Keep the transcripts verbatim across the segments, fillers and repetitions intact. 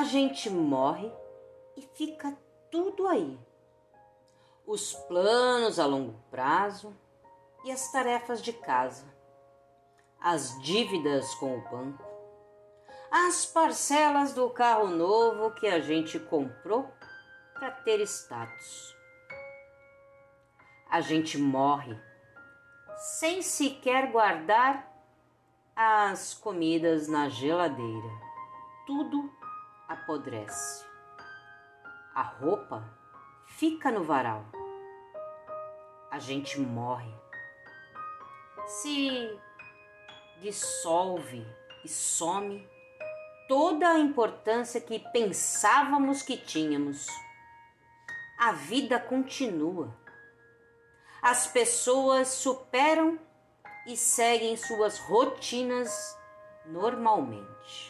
gente morre e fica tudo aí. Os planos a longo prazo e as tarefas de casa, as dívidas com o banco, as parcelas do carro novo que a gente comprou para ter status. A gente morre sem sequer guardar as comidas na geladeira. Tudo apodrece. A roupa fica no varal. A gente morre. Se dissolve e some toda a importância que pensávamos que tínhamos. A vida continua. As pessoas superam e seguem suas rotinas normalmente.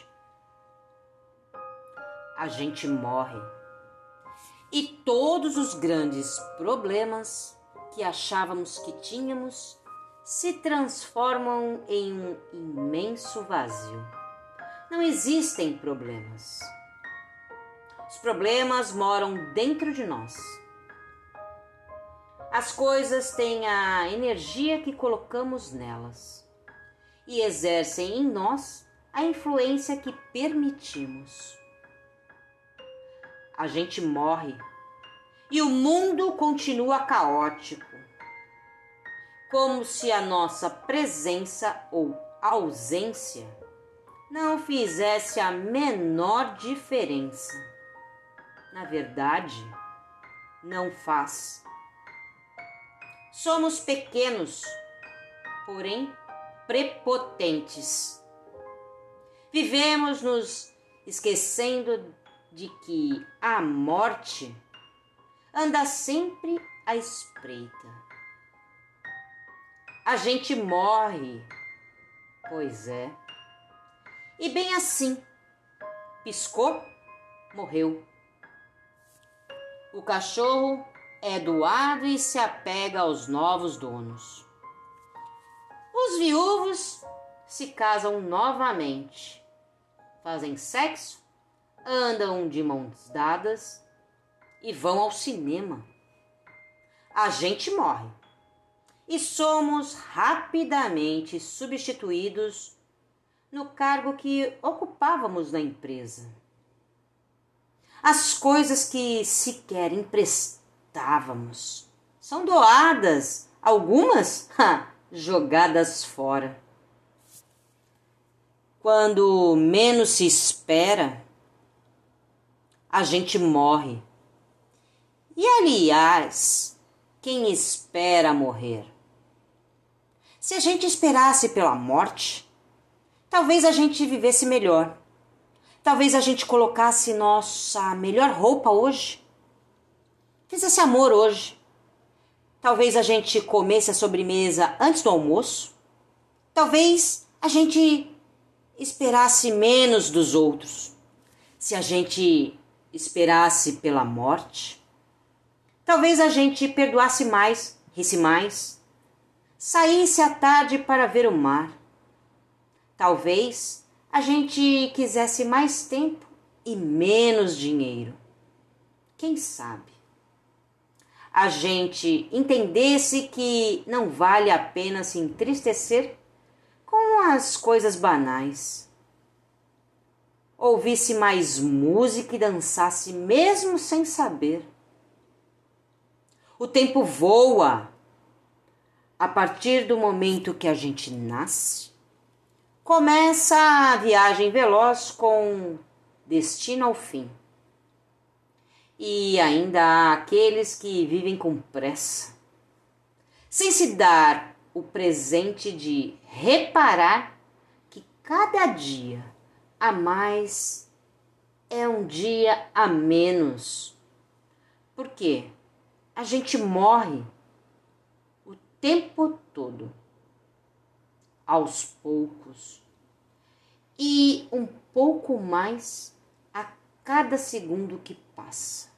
A gente morre. E todos os grandes problemas que achávamos que tínhamos se transformam em um imenso vazio. Não existem problemas. Os problemas moram dentro de nós. As coisas têm a energia que colocamos nelas e exercem em nós a influência que permitimos. A gente morre e o mundo continua caótico, como se a nossa presença ou ausência não fizesse a menor diferença. Na verdade, não faz. Somos pequenos, porém prepotentes. Vivemos nos esquecendo de que a morte anda sempre à espreita. A gente morre, pois é. E bem assim, piscou, morreu. O cachorro é doado e se apega aos novos donos. Os viúvos se casam novamente, fazem sexo, andam de mãos dadas e vão ao cinema. A gente morre e somos rapidamente substituídos no cargo que ocupávamos na empresa. As coisas que sequer emprestávamos são doadas, algumas ha, jogadas fora. Quando menos se espera, a gente morre. E aliás, quem espera morrer? Se a gente esperasse pela morte, talvez a gente vivesse melhor. Talvez a gente colocasse nossa melhor roupa hoje. Fizesse amor hoje. Talvez a gente comesse a sobremesa antes do almoço. Talvez a gente esperasse menos dos outros. Se a gente esperasse pela morte, talvez a gente perdoasse mais, risse mais, saísse à tarde para ver o mar. Talvez a gente quisesse mais tempo e menos dinheiro. Quem sabe? A gente entendesse que não vale a pena se entristecer com as coisas banais. Ouvisse mais música e dançasse mesmo sem saber. O tempo voa. A partir do momento que a gente nasce, começa a viagem veloz com destino ao fim. E ainda há aqueles que vivem com pressa, sem se dar o presente de reparar que cada dia a mais é um dia a menos. Porque a gente morre o tempo todo, aos poucos, e um pouco mais a cada segundo que passa.